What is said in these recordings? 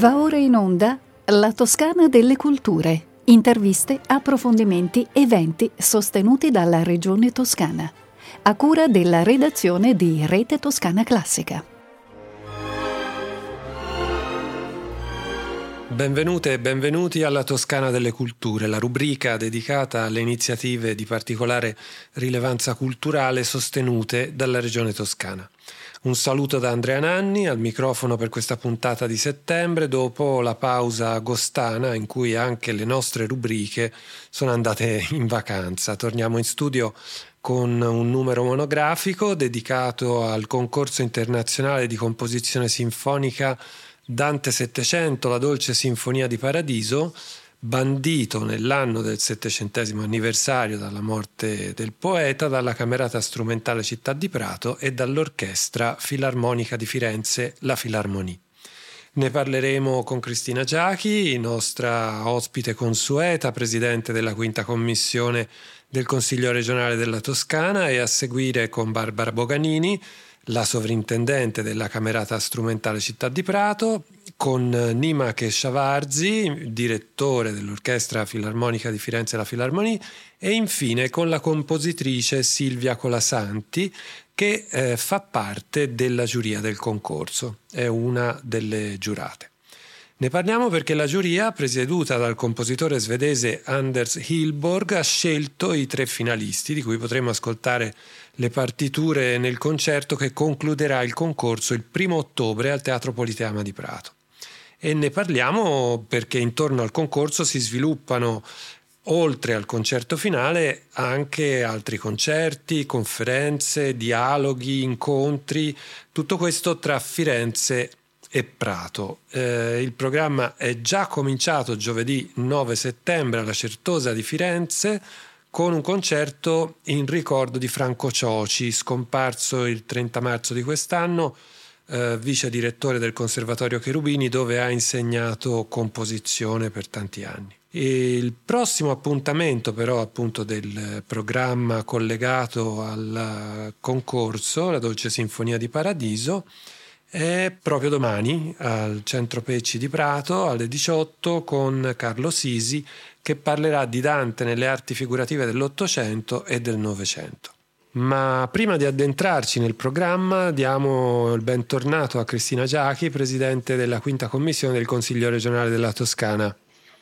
Va ora in onda La Toscana delle Culture. Interviste, approfondimenti, eventi sostenuti dalla Regione Toscana. A cura della redazione di Rete Toscana Classica. Benvenute e benvenuti alla Toscana delle Culture, la rubrica dedicata alle iniziative di particolare rilevanza culturale sostenute dalla Regione Toscana. Un saluto da Andrea Nanni al microfono per questa puntata di settembre, dopo la pausa agostana in cui anche le nostre rubriche sono andate in vacanza. Torniamo in studio con un numero monografico dedicato al concorso internazionale di composizione sinfonica Dante 700, la dolce sinfonia di Paradiso, bandito nell'anno del 700° anniversario dalla morte del poeta dalla Camerata Strumentale Città di Prato e dall'Orchestra Filarmonica di Firenze, la Filarmonie. Ne parleremo con Cristina Giachi, nostra ospite consueta, presidente della Quinta Commissione del Consiglio regionale della Toscana, e a seguire con Barbara Boganini, la sovrintendente della Camerata Strumentale Città di Prato, con Nima Keshavarzi, direttore dell'Orchestra Filarmonica di Firenze, la Filarmonie, e infine con la compositrice Silvia Colasanti, che fa parte della giuria del concorso, è una delle giurate. Ne parliamo perché la giuria, presieduta dal compositore svedese Anders Hillborg, ha scelto i 3 finalisti, di cui potremo ascoltare le partiture nel concerto che concluderà il concorso il 1° ottobre al Teatro Politeama di Prato. E ne parliamo perché intorno al concorso si sviluppano, oltre al concerto finale, anche altri concerti, conferenze, dialoghi, incontri, tutto questo tra Firenze e Prato. Il programma è già cominciato giovedì 9 settembre alla Certosa di Firenze con un concerto in ricordo di Franco Cioci, scomparso il 30 marzo di quest'anno, vice direttore del Conservatorio Cherubini, dove ha insegnato composizione per tanti anni. E il prossimo appuntamento però appunto del programma collegato al concorso, la Dolce Sinfonia di Paradiso, è proprio domani al Centro Pecci di Prato alle 18 con Carlo Sisi, che parlerà di Dante nelle arti figurative dell'Ottocento e del Novecento. Ma prima di addentrarci nel programma diamo il bentornato a Cristina Giachi, presidente della Quinta Commissione del Consiglio regionale della Toscana.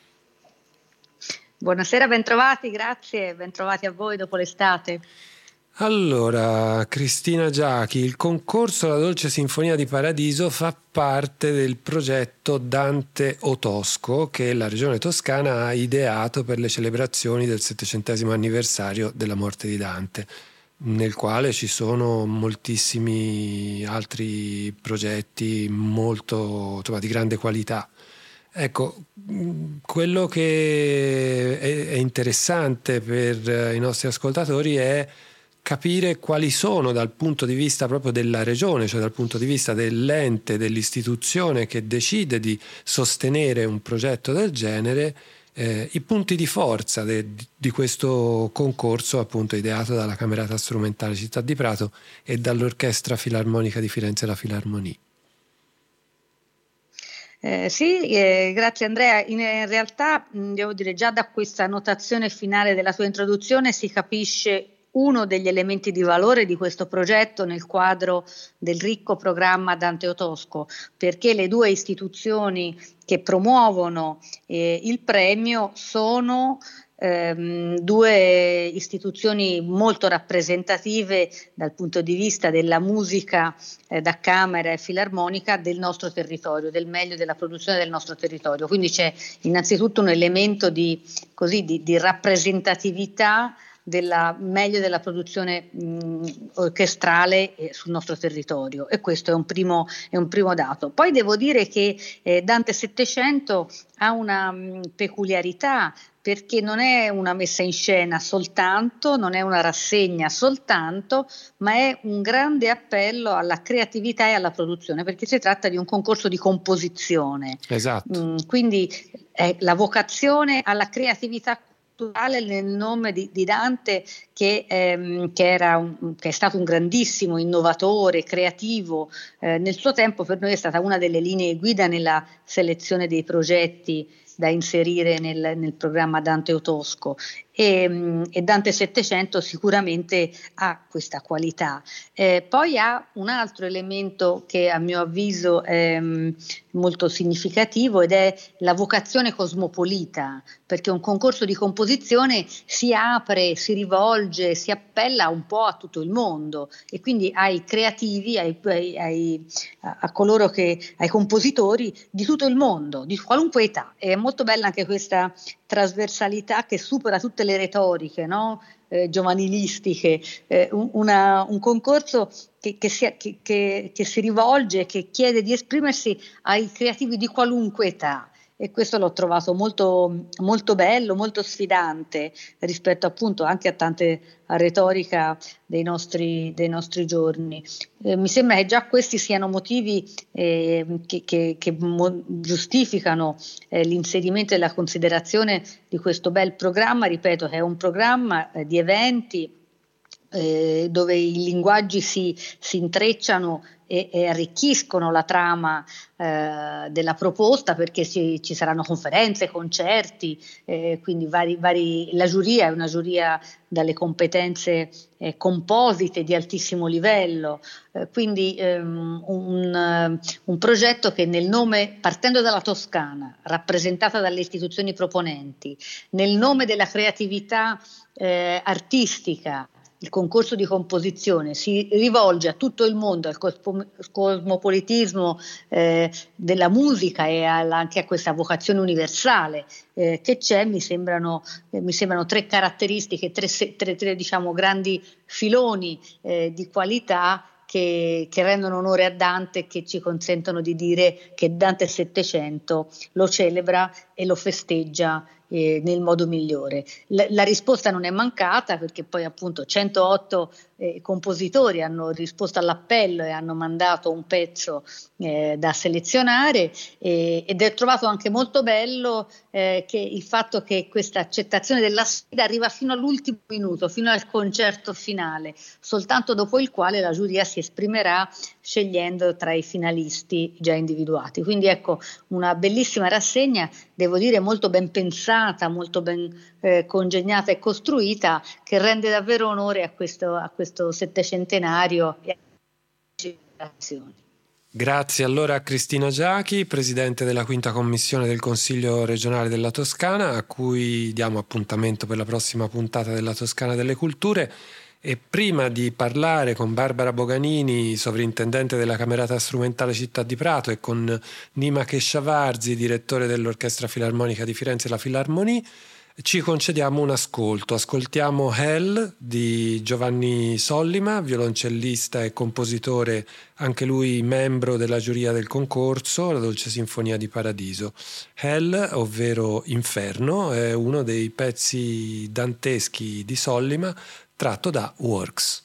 Buonasera, bentrovati, grazie, bentrovati a voi dopo l'estate. Allora, Cristina Giachi, il concorso La Dolce Sinfonia di Paradiso fa parte del progetto Dante Otosco che la Regione Toscana ha ideato per le celebrazioni del 700° anniversario della morte di Dante, nel quale ci sono moltissimi altri progetti molto, di grande qualità. Ecco, quello che è interessante per i nostri ascoltatori è capire quali sono, dal punto di vista proprio della regione, cioè dal punto di vista dell'ente, dell'istituzione che decide di sostenere un progetto del genere, i punti di forza di questo concorso appunto ideato dalla Camerata Strumentale Città di Prato e dall'Orchestra Filarmonica di Firenze, la Filarmonie. Grazie Andrea. In realtà devo dire, già da questa notazione finale della tua introduzione si capisce uno degli elementi di valore di questo progetto nel quadro del ricco programma Dante Otosco, perché le 2 istituzioni che promuovono il premio sono 2 istituzioni molto rappresentative dal punto di vista della musica da camera e filarmonica del nostro territorio, del meglio della produzione del nostro territorio. Quindi c'è innanzitutto un elemento di rappresentatività della meglio della produzione orchestrale sul nostro territorio, e questo è un primo dato. Poi devo dire che Dante 700 ha una peculiarità, perché non è una messa in scena soltanto, non è una rassegna soltanto, ma è un grande appello alla creatività e alla produzione, perché si tratta di un concorso di composizione. Esatto. Quindi è la vocazione alla creatività culturale nel nome di Dante, che è stato un grandissimo innovatore, creativo. Nel suo tempo per noi è stata una delle linee guida nella selezione dei progetti da inserire nel programma Dante Otosco, e Dante 700 sicuramente ha questa qualità. Poi ha un altro elemento che a mio avviso è molto significativo, ed è la vocazione cosmopolita, perché un concorso di composizione si apre, si rivolge, si appella un po' a tutto il mondo, e quindi ai creativi, a coloro ai compositori di tutto il mondo, di qualunque età. È molto bella anche questa trasversalità che supera tutte le retoriche, no? Giovanilistiche, un concorso che si rivolge, che chiede di esprimersi ai creativi di qualunque età. E questo l'ho trovato molto, molto bello, molto sfidante rispetto appunto anche a tante retorica dei nostri giorni. Mi sembra che già questi siano motivi che giustificano l'inserimento e la considerazione di questo bel programma. Ripeto che è un programma di eventi dove i linguaggi si intrecciano e arricchiscono la trama della proposta, perché ci saranno conferenze, concerti, quindi la giuria è una giuria dalle competenze composite di altissimo livello, quindi un progetto che nel nome, partendo dalla Toscana, rappresentata dalle istituzioni proponenti, nel nome della creatività artistica, il concorso di composizione si rivolge a tutto il mondo, al cosmopolitismo della musica e anche a questa vocazione universale che c'è. Mi sembrano tre caratteristiche, tre diciamo grandi filoni di qualità che rendono onore a Dante, che ci consentono di dire che Dante 700 lo celebra e lo festeggia nel modo migliore. La risposta non è mancata, perché poi appunto 108 compositori hanno risposto all'appello e hanno mandato un pezzo da selezionare, ed è trovato anche molto bello che il fatto che questa accettazione della sfida arriva fino all'ultimo minuto, fino al concerto finale, soltanto dopo il quale la giuria si esprimerà scegliendo tra i finalisti già individuati. Quindi ecco, una bellissima rassegna, devo dire molto ben pensata, molto ben congegnata e costruita, che rende davvero onore a questo settecentenario e alle generazioni. Grazie allora a Cristina Giachi, Presidente della Quinta Commissione del Consiglio regionale della Toscana, a cui diamo appuntamento per la prossima puntata della Toscana delle Culture. E prima di parlare con Barbara Boganini, sovrintendente della Camerata Strumentale Città di Prato, e con Nima Keshavarzi, direttore dell'Orchestra Filarmonica di Firenze e la Filarmonie, ci concediamo un ascolto. Ascoltiamo Hell di Giovanni Sollima, violoncellista e compositore, anche lui membro della giuria del concorso, la Dolce Sinfonia di Paradiso. Hell, ovvero Inferno, è uno dei pezzi danteschi di Sollima, tratto da Works.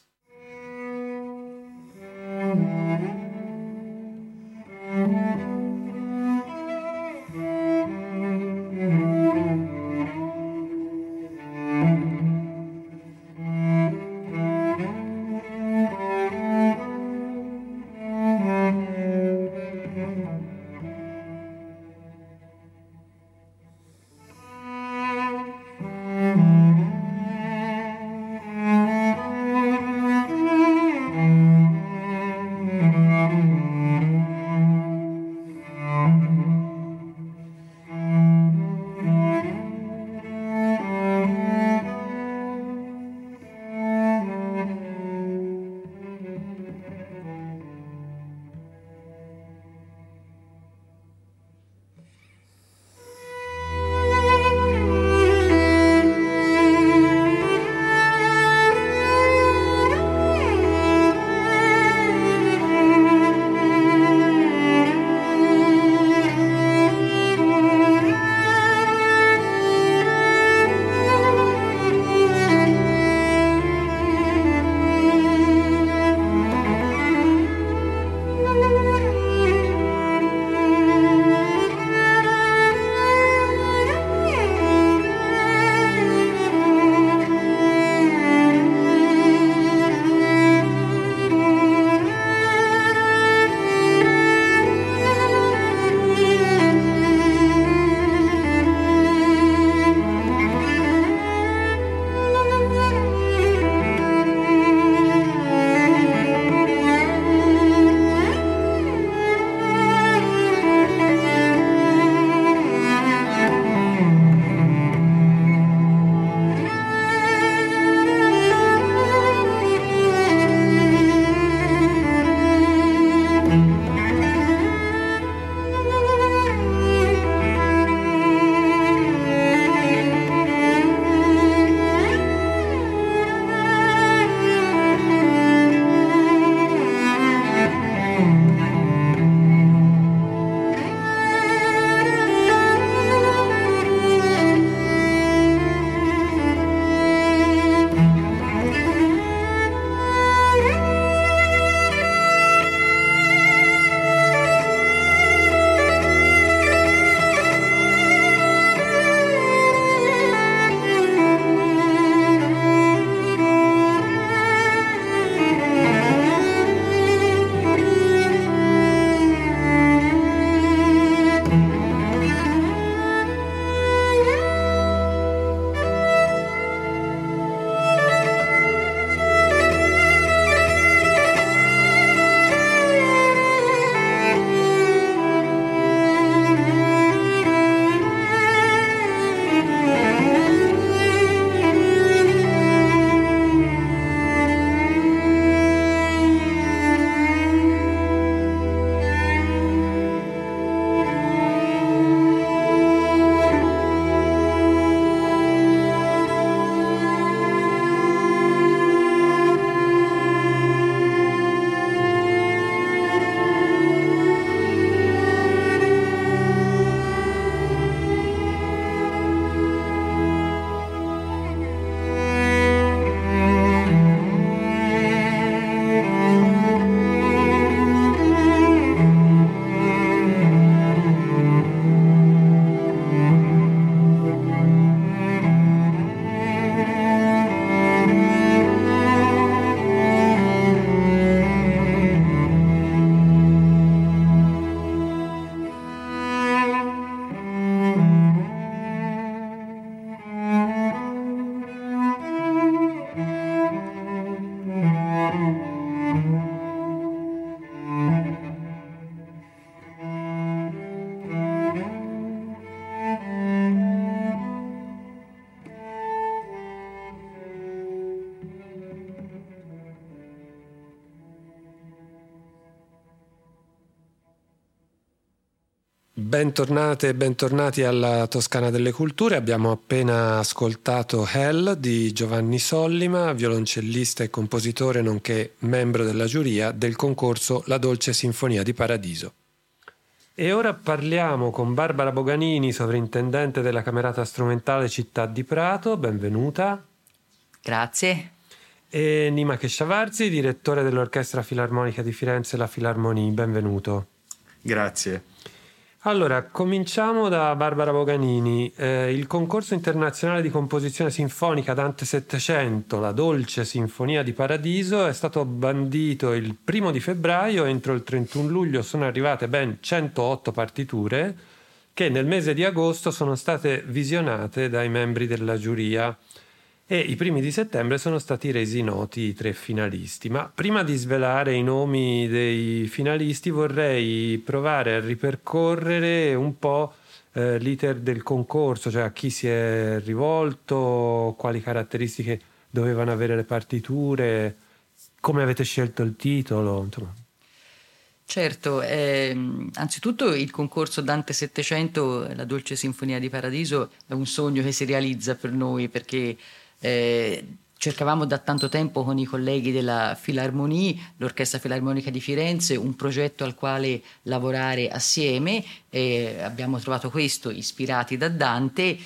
Bentornate e bentornati alla Toscana delle Culture. Abbiamo appena ascoltato Hell di Giovanni Sollima, violoncellista e compositore nonché membro della giuria del concorso La Dolce Sinfonia di Paradiso. E ora parliamo con Barbara Boganini, sovrintendente della Camerata Strumentale Città di Prato. Benvenuta. Grazie. E Nima Keshavarzi, direttore dell'Orchestra Filarmonica di Firenze, la Filarmonie. Benvenuto. Grazie. Allora, cominciamo da Barbara Boganini. Il concorso internazionale di composizione sinfonica Dante 700, la Dolce Sinfonia di Paradiso, è stato bandito il 1 di febbraio. Entro il 31 luglio sono arrivate ben 108 partiture che nel mese di agosto sono state visionate dai membri della giuria e i primi di settembre sono stati resi noti i 3 finalisti. Ma prima di svelare i nomi dei finalisti vorrei provare a ripercorrere un po' l'iter del concorso, cioè a chi si è rivolto, quali caratteristiche dovevano avere le partiture, come avete scelto il titolo, insomma. Certo, anzitutto il concorso Dante 700, la Dolce Sinfonia di Paradiso, è un sogno che si realizza per noi, perché cercavamo da tanto tempo con i colleghi della Filarmonie, l'Orchestra Filarmonica di Firenze, un progetto al quale lavorare assieme, e abbiamo trovato questo, ispirati da Dante,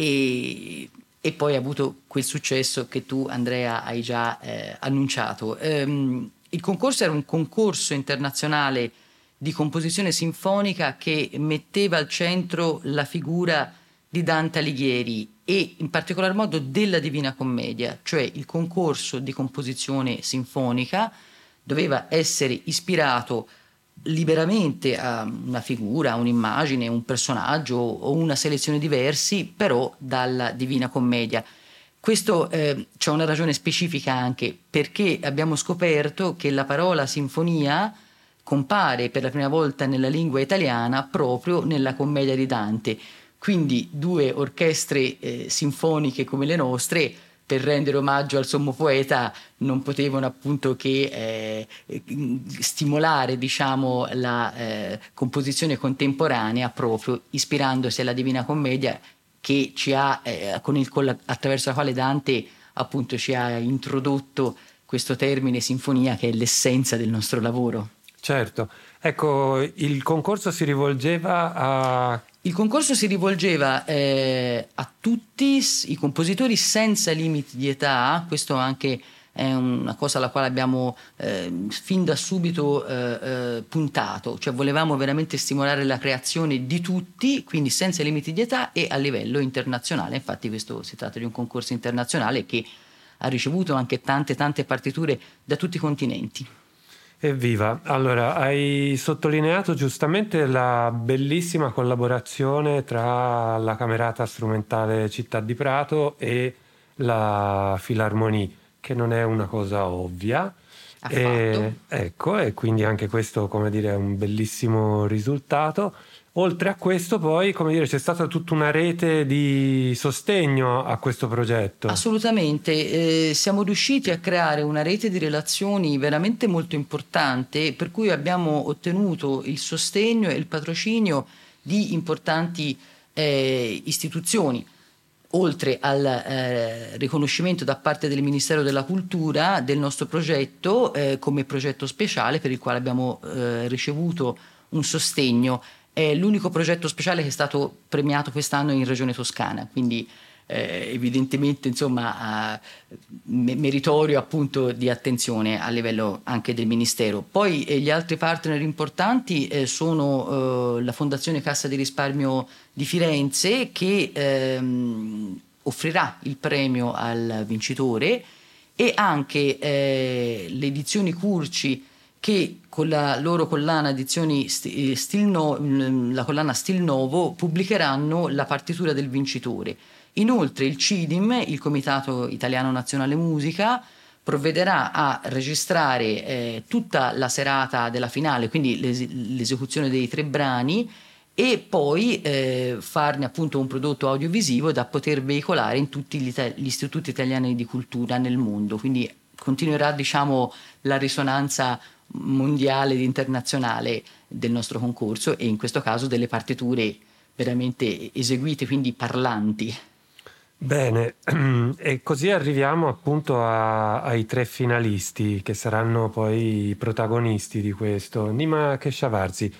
e poi ha avuto quel successo che tu, Andrea, hai già annunciato. Il concorso era un concorso internazionale di composizione sinfonica che metteva al centro la figura di Dante Alighieri e in particolar modo della Divina Commedia, cioè il concorso di composizione sinfonica doveva essere ispirato liberamente a una figura, a un'immagine, un personaggio o una selezione di versi, però dalla Divina Commedia. Questo c'è una ragione specifica anche, perché abbiamo scoperto che la parola sinfonia compare per la prima volta nella lingua italiana proprio nella commedia di Dante. Quindi 2 orchestre sinfoniche come le nostre, per rendere omaggio al sommo poeta, non potevano appunto che stimolare, diciamo, la composizione contemporanea, proprio ispirandosi alla Divina Commedia, che ci ha, attraverso la quale Dante appunto ci ha introdotto questo termine sinfonia, che è l'essenza del nostro lavoro. Certo, ecco, il concorso si rivolgeva a tutti i compositori senza limiti di età. Questo anche è una cosa alla quale abbiamo fin da subito puntato, cioè volevamo veramente stimolare la creazione di tutti, quindi senza limiti di età e a livello internazionale. Infatti questo si tratta di un concorso internazionale che ha ricevuto anche tante partiture da tutti i continenti. Evviva! Allora, hai sottolineato giustamente la bellissima collaborazione tra la Camerata Strumentale Città di Prato e la Filarmonie, che non è una cosa ovvia. Ecco, e quindi anche questo, come dire, è un bellissimo risultato. Oltre a questo poi, come dire, c'è stata tutta una rete di sostegno a questo progetto. Assolutamente, siamo riusciti a creare una rete di relazioni veramente molto importante, per cui abbiamo ottenuto il sostegno e il patrocinio di importanti istituzioni, oltre al riconoscimento da parte del Ministero della Cultura del nostro progetto come progetto speciale, per il quale abbiamo ricevuto un sostegno. È l'unico progetto speciale che è stato premiato quest'anno in Regione Toscana, quindi evidentemente, insomma, meritorio appunto di attenzione a livello anche del Ministero. Poi gli altri partner importanti sono la Fondazione Cassa di Risparmio di Firenze, che offrirà il premio al vincitore, e anche le edizioni Curci, che con la loro collana edizioni la collana Stil Novo, pubblicheranno la partitura del vincitore. Inoltre il CIDIM, il Comitato Italiano Nazionale Musica, provvederà a registrare tutta la serata della finale, quindi l'esecuzione dei 3 brani, e poi farne appunto un prodotto audiovisivo da poter veicolare in tutti gli istituti italiani di cultura nel mondo. Quindi continuerà, diciamo, la risonanza mondiale ed internazionale del nostro concorso, e in questo caso delle partiture veramente eseguite, quindi parlanti. Bene, e così arriviamo appunto ai 3 finalisti che saranno poi i protagonisti di questo. Nima Keshavarzi,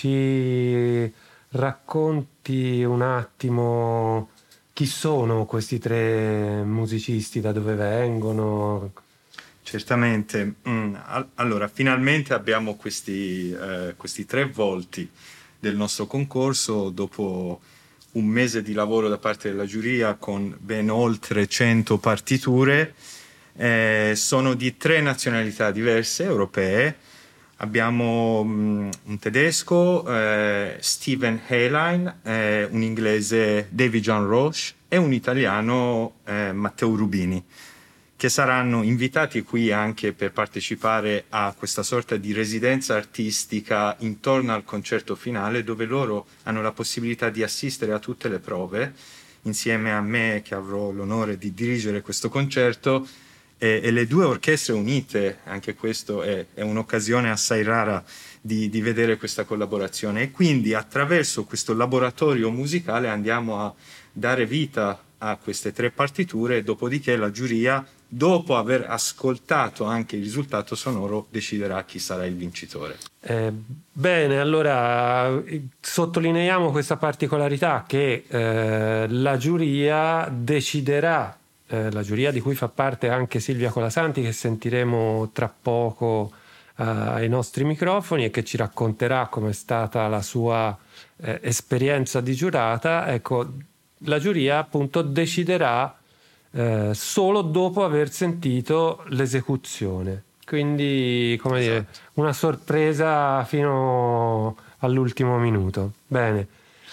ci racconti un attimo chi sono questi 3 musicisti, da dove vengono? Certamente. Allora, finalmente abbiamo questi 3 volti del nostro concorso dopo un mese di lavoro da parte della giuria con ben oltre 100 partiture. Sono di 3 nazionalità diverse, europee. Abbiamo un tedesco, Steven Heylein, un inglese, David John Roche, e un italiano, Matteo Rubini, che saranno invitati qui anche per partecipare a questa sorta di residenza artistica intorno al concerto finale, dove loro hanno la possibilità di assistere a tutte le prove insieme a me, che avrò l'onore di dirigere questo concerto, e le 2 orchestre unite. Anche questo è un'occasione assai rara di vedere questa collaborazione, e quindi attraverso questo laboratorio musicale andiamo a dare vita a queste 3 partiture, dopodiché la giuria, dopo aver ascoltato anche il risultato sonoro, deciderà chi sarà il vincitore. Bene, allora sottolineiamo questa particolarità che la giuria deciderà, la giuria di cui fa parte anche Silvia Colasanti, che sentiremo tra poco ai nostri microfoni e che ci racconterà com'è stata la sua esperienza di giurata. Ecco, la giuria appunto deciderà solo dopo aver sentito l'esecuzione, quindi come dire, una sorpresa fino all'ultimo minuto. Bene,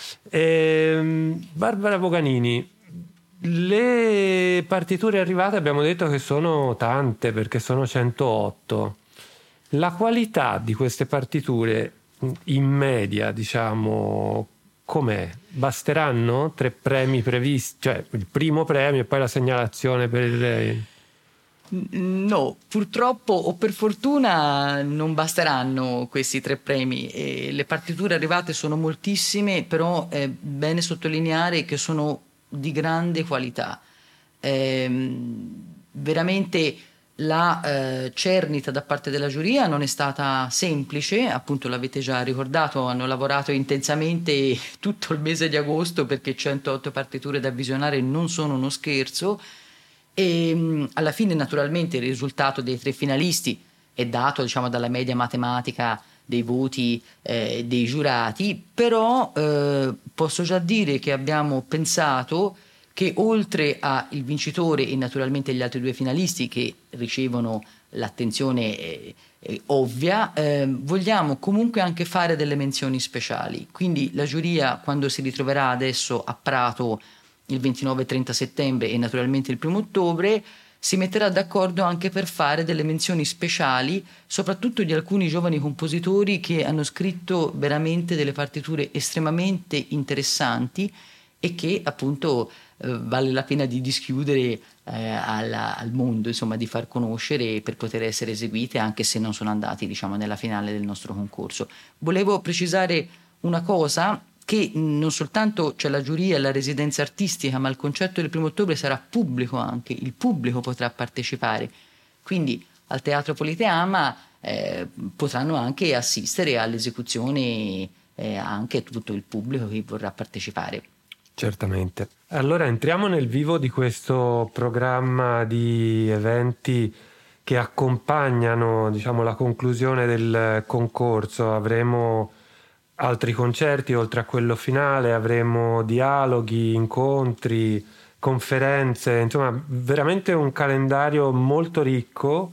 Barbara Boganini, le partiture arrivate abbiamo detto che sono tante, perché sono 108. La qualità di queste partiture in media, diciamo, com'è? Basteranno 3 premi previsti, cioè il primo premio e poi la segnalazione per il... No, purtroppo o per fortuna non basteranno questi 3 premi. Le partiture arrivate sono moltissime, però è bene sottolineare che sono di grande qualità. Veramente la cernita da parte della giuria non è stata semplice, appunto l'avete già ricordato, hanno lavorato intensamente tutto il mese di agosto, perché 108 partiture da visionare non sono uno scherzo, e alla fine naturalmente il risultato dei 3 finalisti è dato, diciamo, dalla media matematica dei voti dei giurati, però posso già dire che abbiamo pensato che oltre al vincitore e naturalmente gli altri 2 finalisti che ricevono l'attenzione ovvia, vogliamo comunque anche fare delle menzioni speciali. Quindi la giuria, quando si ritroverà adesso a Prato il 29 e 30 settembre e naturalmente il 1° ottobre, si metterà d'accordo anche per fare delle menzioni speciali, soprattutto di alcuni giovani compositori che hanno scritto veramente delle partiture estremamente interessanti e che appunto vale la pena di dischiudere al mondo, insomma, di far conoscere per poter essere eseguite, anche se non sono andati, diciamo, nella finale del nostro concorso. Volevo precisare una cosa, che non soltanto c'è la giuria e la residenza artistica, ma il concerto del 1° ottobre sarà pubblico anche, il pubblico potrà partecipare, quindi al Teatro Politeama potranno anche assistere all'esecuzione anche tutto il pubblico che vorrà partecipare. Certamente. Allora entriamo nel vivo di questo programma di eventi che accompagnano, diciamo, la conclusione del concorso. Avremo altri concerti oltre a quello finale, avremo dialoghi, incontri, conferenze, insomma veramente un calendario molto ricco.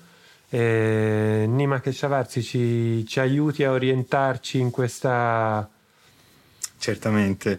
Nima Keshavarzi, ci aiuti a orientarci in questa... Certamente.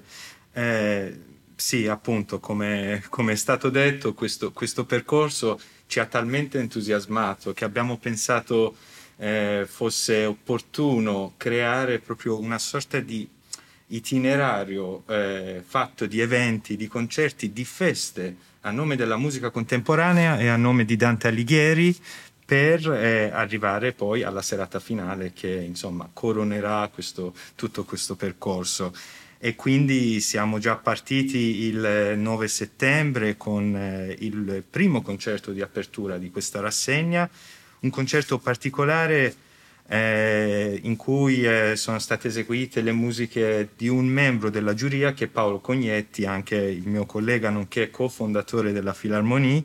Sì, appunto, come è stato detto, questo percorso ci ha talmente entusiasmato che abbiamo pensato fosse opportuno creare proprio una sorta di itinerario fatto di eventi, di concerti, di feste a nome della musica contemporanea e a nome di Dante Alighieri, per arrivare poi alla serata finale che insomma coronerà tutto questo percorso. E quindi siamo già partiti il 9 settembre con il primo concerto di apertura di questa rassegna, un concerto particolare in cui sono state eseguite le musiche di un membro della giuria, che è Paolo Cognetti, anche il mio collega nonché cofondatore della Filarmonie.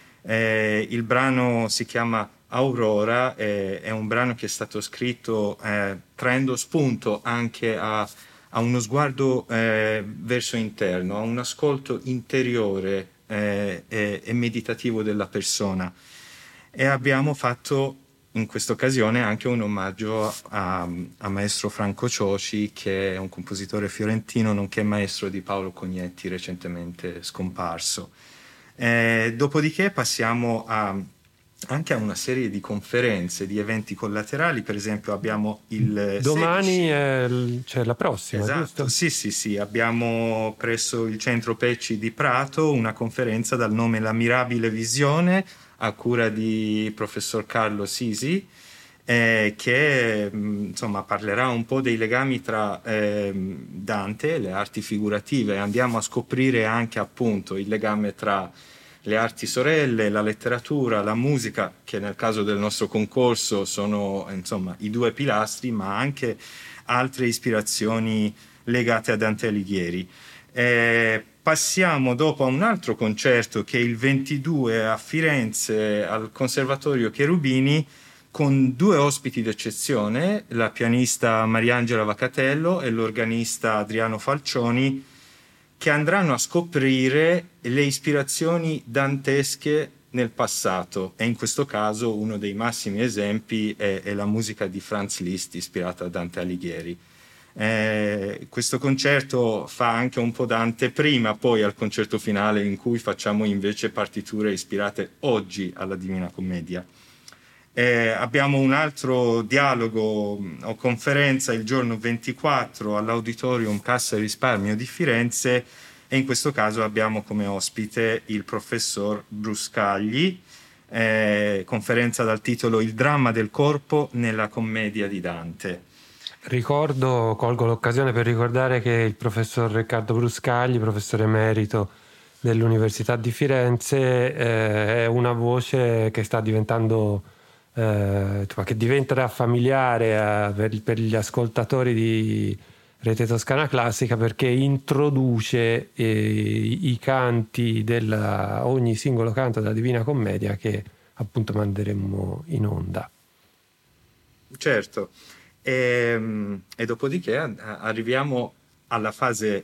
Il brano si chiama Aurora, è un brano che è stato scritto traendo spunto anche a uno sguardo verso interno, a un ascolto interiore e meditativo della persona. E abbiamo fatto in questa occasione anche un omaggio a maestro Franco Cioci, che è un compositore fiorentino nonché maestro di Paolo Cognetti, recentemente scomparso. Dopodiché passiamo anche a una serie di conferenze, di eventi collaterali. Per esempio abbiamo il domani 16... c'è la prossima, esatto, giusto? Sì, abbiamo presso il centro Pecci di Prato una conferenza dal nome La Mirabile Visione, a cura di professor Carlo Sisi, che insomma parlerà un po' dei legami tra Dante e le arti figurative. Andiamo a scoprire anche appunto il legame tra le arti sorelle, la letteratura, la musica, che nel caso del nostro concorso sono insomma i due pilastri, ma anche altre ispirazioni legate a Dante Alighieri. Passiamo dopo a un altro concerto che è il 22 a Firenze al Conservatorio Cherubini, con due ospiti d'eccezione, la pianista Mariangela Vacatello e l'organista Adriano Falcioni, che andranno a scoprire le ispirazioni dantesche nel passato, e in questo caso uno dei massimi esempi è la musica di Franz Liszt ispirata a Dante Alighieri. Questo concerto fa anche un po' da anteprima poi al concerto finale, in cui facciamo invece partiture ispirate oggi alla Divina Commedia. Abbiamo un altro dialogo o conferenza il giorno 24 all'Auditorium Cassa e Risparmio di Firenze, e in questo caso abbiamo come ospite il professor Bruscagli, conferenza dal titolo Il dramma del corpo nella commedia di Dante. Colgo l'occasione per ricordare che il professor Riccardo Bruscagli, professore emerito dell'Università di Firenze, è una voce che sta diventando che diventerà familiare per gli ascoltatori di Rete Toscana Classica, perché introduce i canti ogni singolo canto della Divina Commedia, che appunto manderemo in onda. Certo. E dopodiché arriviamo alla fase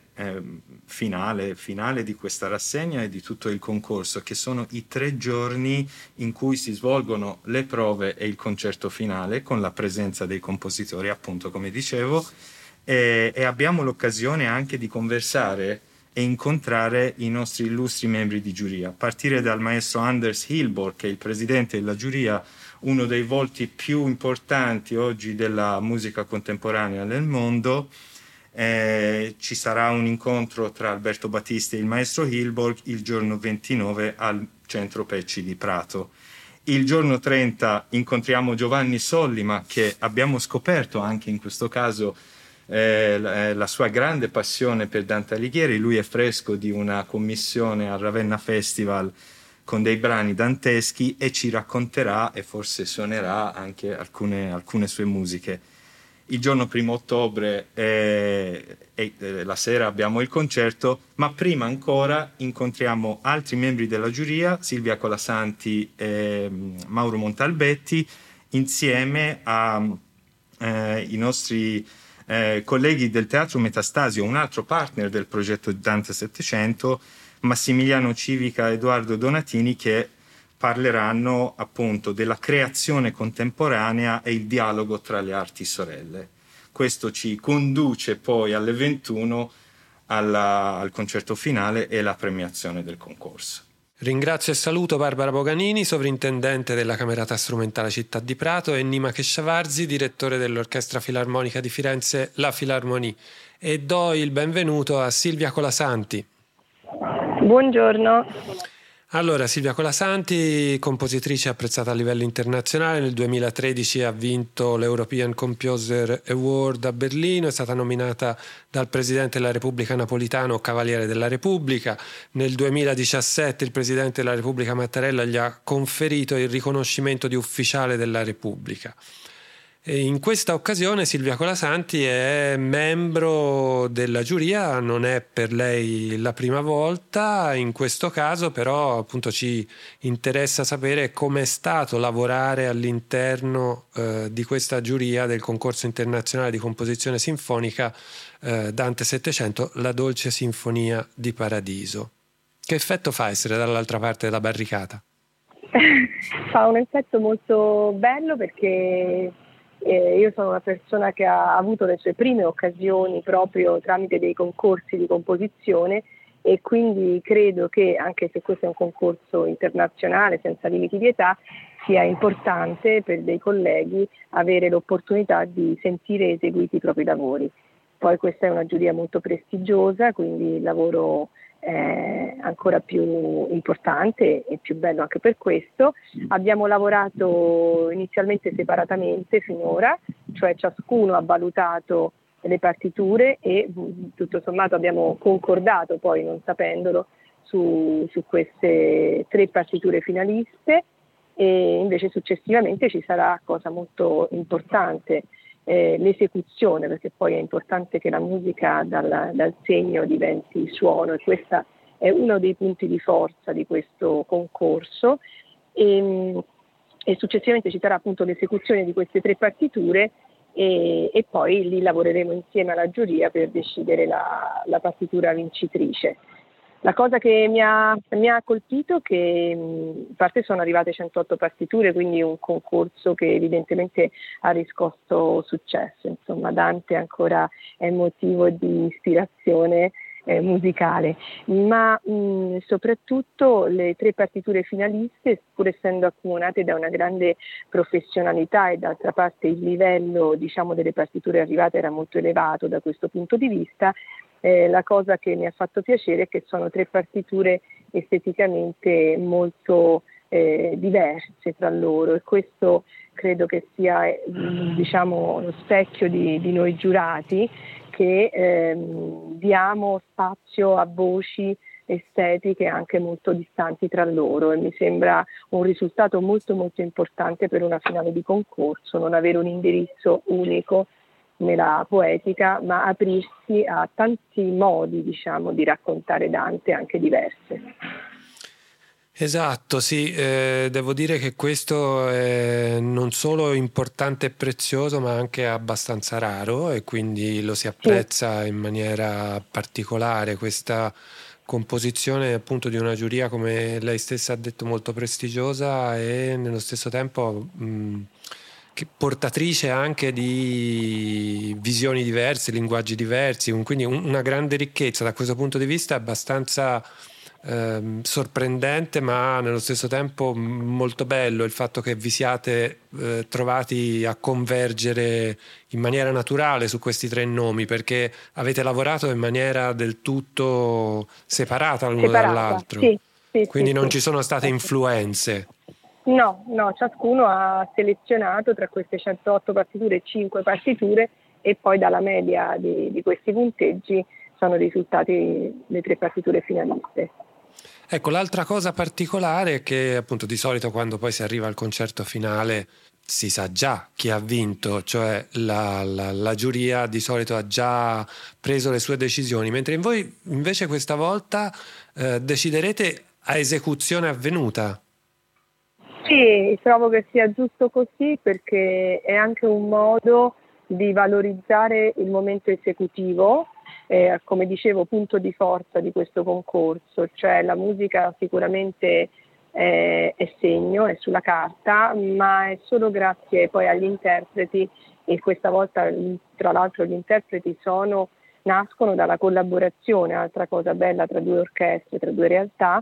finale di questa rassegna e di tutto il concorso, che sono i 3 giorni in cui si svolgono le prove e il concerto finale, con la presenza dei compositori, appunto, come dicevo, e abbiamo l'occasione anche di conversare e incontrare i nostri illustri membri di giuria, a partire dal maestro Anders Hilborg, che è il presidente della giuria, uno dei volti più importanti oggi della musica contemporanea nel mondo. Ci sarà un incontro tra Alberto Battisti e il maestro Hilborg il giorno 29 al centro Pecci di Prato. Il giorno 30 incontriamo Giovanni Sollima, che abbiamo scoperto anche in questo caso la sua grande passione per Dante Alighieri. Lui è fresco di una commissione al Ravenna Festival con dei brani danteschi, e ci racconterà e forse suonerà anche alcune sue musiche. Il giorno 1 ottobre la sera abbiamo il concerto, ma prima ancora incontriamo altri membri della giuria, Silvia Colasanti e Mauro Montalbetti, insieme ai nostri colleghi del Teatro Metastasio, un altro partner del progetto Dante 700, Massimiliano Civica e Edoardo Donatini, che parleranno appunto della creazione contemporanea e il dialogo tra le arti sorelle. Questo ci conduce poi alle 21 al concerto finale e la premiazione del concorso. Ringrazio e saluto Barbara Boganini, sovrintendente della Camerata Strumentale Città di Prato, e Nima Keshavarzi, direttore dell'Orchestra Filarmonica di Firenze, la Filarmonie, e do il benvenuto a Silvia Colasanti. Buongiorno. Allora, Silvia Colasanti, compositrice apprezzata a livello internazionale, nel 2013 ha vinto l'European Composer Award a Berlino, è stata nominata dal Presidente della Repubblica Napolitano Cavaliere della Repubblica. Nel 2017 il Presidente della Repubblica Mattarella gli ha conferito il riconoscimento di ufficiale della Repubblica. E in questa occasione Silvia Colasanti è membro della giuria, non è per lei la prima volta, in questo caso però appunto ci interessa sapere com'è stato lavorare all'interno di questa giuria del concorso internazionale di composizione sinfonica Dante 700, la dolce sinfonia di Paradiso. Che effetto fa essere dall'altra parte della barricata? Fa un effetto molto bello perché io sono una persona che ha avuto le sue prime occasioni proprio tramite dei concorsi di composizione e quindi credo che, anche se questo è un concorso internazionale senza limiti di età, sia importante per dei colleghi avere l'opportunità di sentire eseguiti i propri lavori. Poi questa è una giuria molto prestigiosa, quindi il lavoro è ancora più importante e più bello anche per questo. Abbiamo lavorato inizialmente separatamente finora, cioè ciascuno ha valutato le partiture e tutto sommato abbiamo concordato, poi non sapendolo, su queste 3 partiture finaliste, e invece successivamente ci sarà, cosa molto importante, l'esecuzione, perché poi è importante che la musica dal segno diventi suono, e questo è uno dei punti di forza di questo concorso, e successivamente ci sarà appunto l'esecuzione di queste 3 partiture e poi lì lavoreremo insieme alla giuria per decidere la partitura vincitrice. La cosa che mi ha colpito è che a parte sono arrivate 108 partiture, quindi un concorso che evidentemente ha riscosso successo. Insomma, Dante ancora è motivo di ispirazione musicale, ma soprattutto le 3 partiture finaliste, pur essendo accomunate da una grande professionalità e d'altra parte il livello, diciamo, delle partiture arrivate era molto elevato da questo punto di vista, la cosa che mi ha fatto piacere è che sono 3 partiture esteticamente molto diverse tra loro, e questo credo che sia diciamo lo specchio di noi giurati, che diamo spazio a voci estetiche anche molto distanti tra loro, e mi sembra un risultato molto molto importante per una finale di concorso, non avere un indirizzo unico nella poetica, ma aprirsi a tanti modi, diciamo, di raccontare Dante, anche diverse. Esatto, sì, devo dire che questo è non solo importante e prezioso, ma anche abbastanza raro, e quindi lo si apprezza in maniera particolare questa composizione appunto di una giuria, come lei stessa ha detto, molto prestigiosa e nello stesso tempo che portatrice anche di visioni diverse, linguaggi diversi, quindi una grande ricchezza. Da questo punto di vista è abbastanza sorprendente, ma nello stesso tempo molto bello il fatto che vi siate trovati a convergere in maniera naturale su questi 3 nomi, perché avete lavorato in maniera del tutto separata l'uno dall'altro. Sì, quindi non sì. ci sono state influenze. No, ciascuno ha selezionato tra queste 108 partiture 5 partiture, e poi dalla media di questi punteggi sono risultati le 3 partiture finaliste. Ecco, l'altra cosa particolare è che appunto di solito quando poi si arriva al concerto finale si sa già chi ha vinto, cioè la giuria di solito ha già preso le sue decisioni, mentre voi invece questa volta deciderete a esecuzione avvenuta. Sì, trovo che sia giusto così, perché è anche un modo di valorizzare il momento esecutivo, come dicevo, punto di forza di questo concorso, cioè la musica sicuramente è segno, è sulla carta, ma è solo grazie poi agli interpreti, e questa volta tra l'altro gli interpreti nascono dalla collaborazione, altra cosa bella, tra 2 orchestre, tra 2 realtà,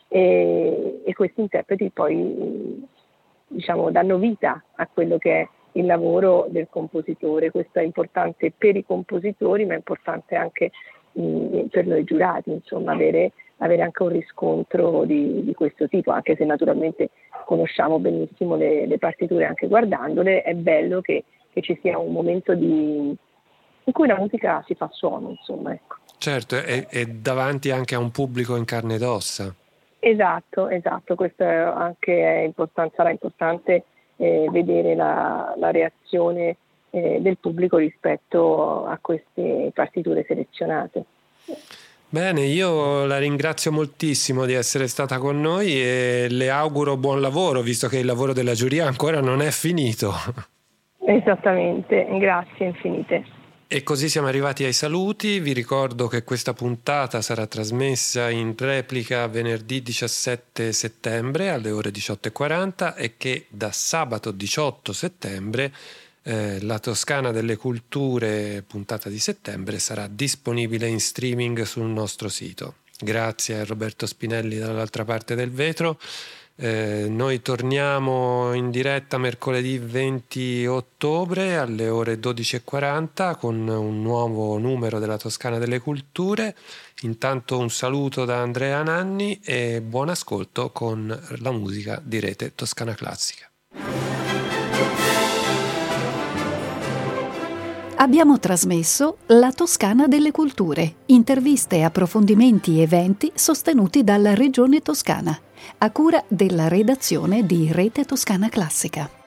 e questi interpreti poi diciamo danno vita a quello che è il lavoro del compositore. Questo è importante per i compositori, ma è importante anche per noi giurati, insomma, avere avere anche un riscontro di questo tipo, anche se naturalmente conosciamo benissimo le partiture anche guardandole. È bello che ci sia un momento in cui la musica si fa suono, insomma, ecco. Certo, e davanti anche a un pubblico in carne ed ossa. Esatto, questo anche sarà importante vedere la reazione del pubblico rispetto a queste partiture selezionate. Bene, io la ringrazio moltissimo di essere stata con noi e le auguro buon lavoro, visto che il lavoro della giuria ancora non è finito. Esattamente, grazie infinite. E così siamo arrivati ai saluti. Vi ricordo che questa puntata sarà trasmessa in replica venerdì 17 settembre alle ore 18:40 e che da sabato 18 settembre la Toscana delle Culture, puntata di settembre, sarà disponibile in streaming sul nostro sito. Grazie a Roberto Spinelli dall'altra parte del vetro. Noi torniamo in diretta mercoledì 20 ottobre alle ore 12:40 con un nuovo numero della Toscana delle Culture. Intanto un saluto da Andrea Nanni e buon ascolto con la musica di Rete Toscana Classica. Abbiamo trasmesso La Toscana delle Culture, interviste, approfondimenti e eventi sostenuti dalla Regione Toscana, a cura della redazione di Rete Toscana Classica.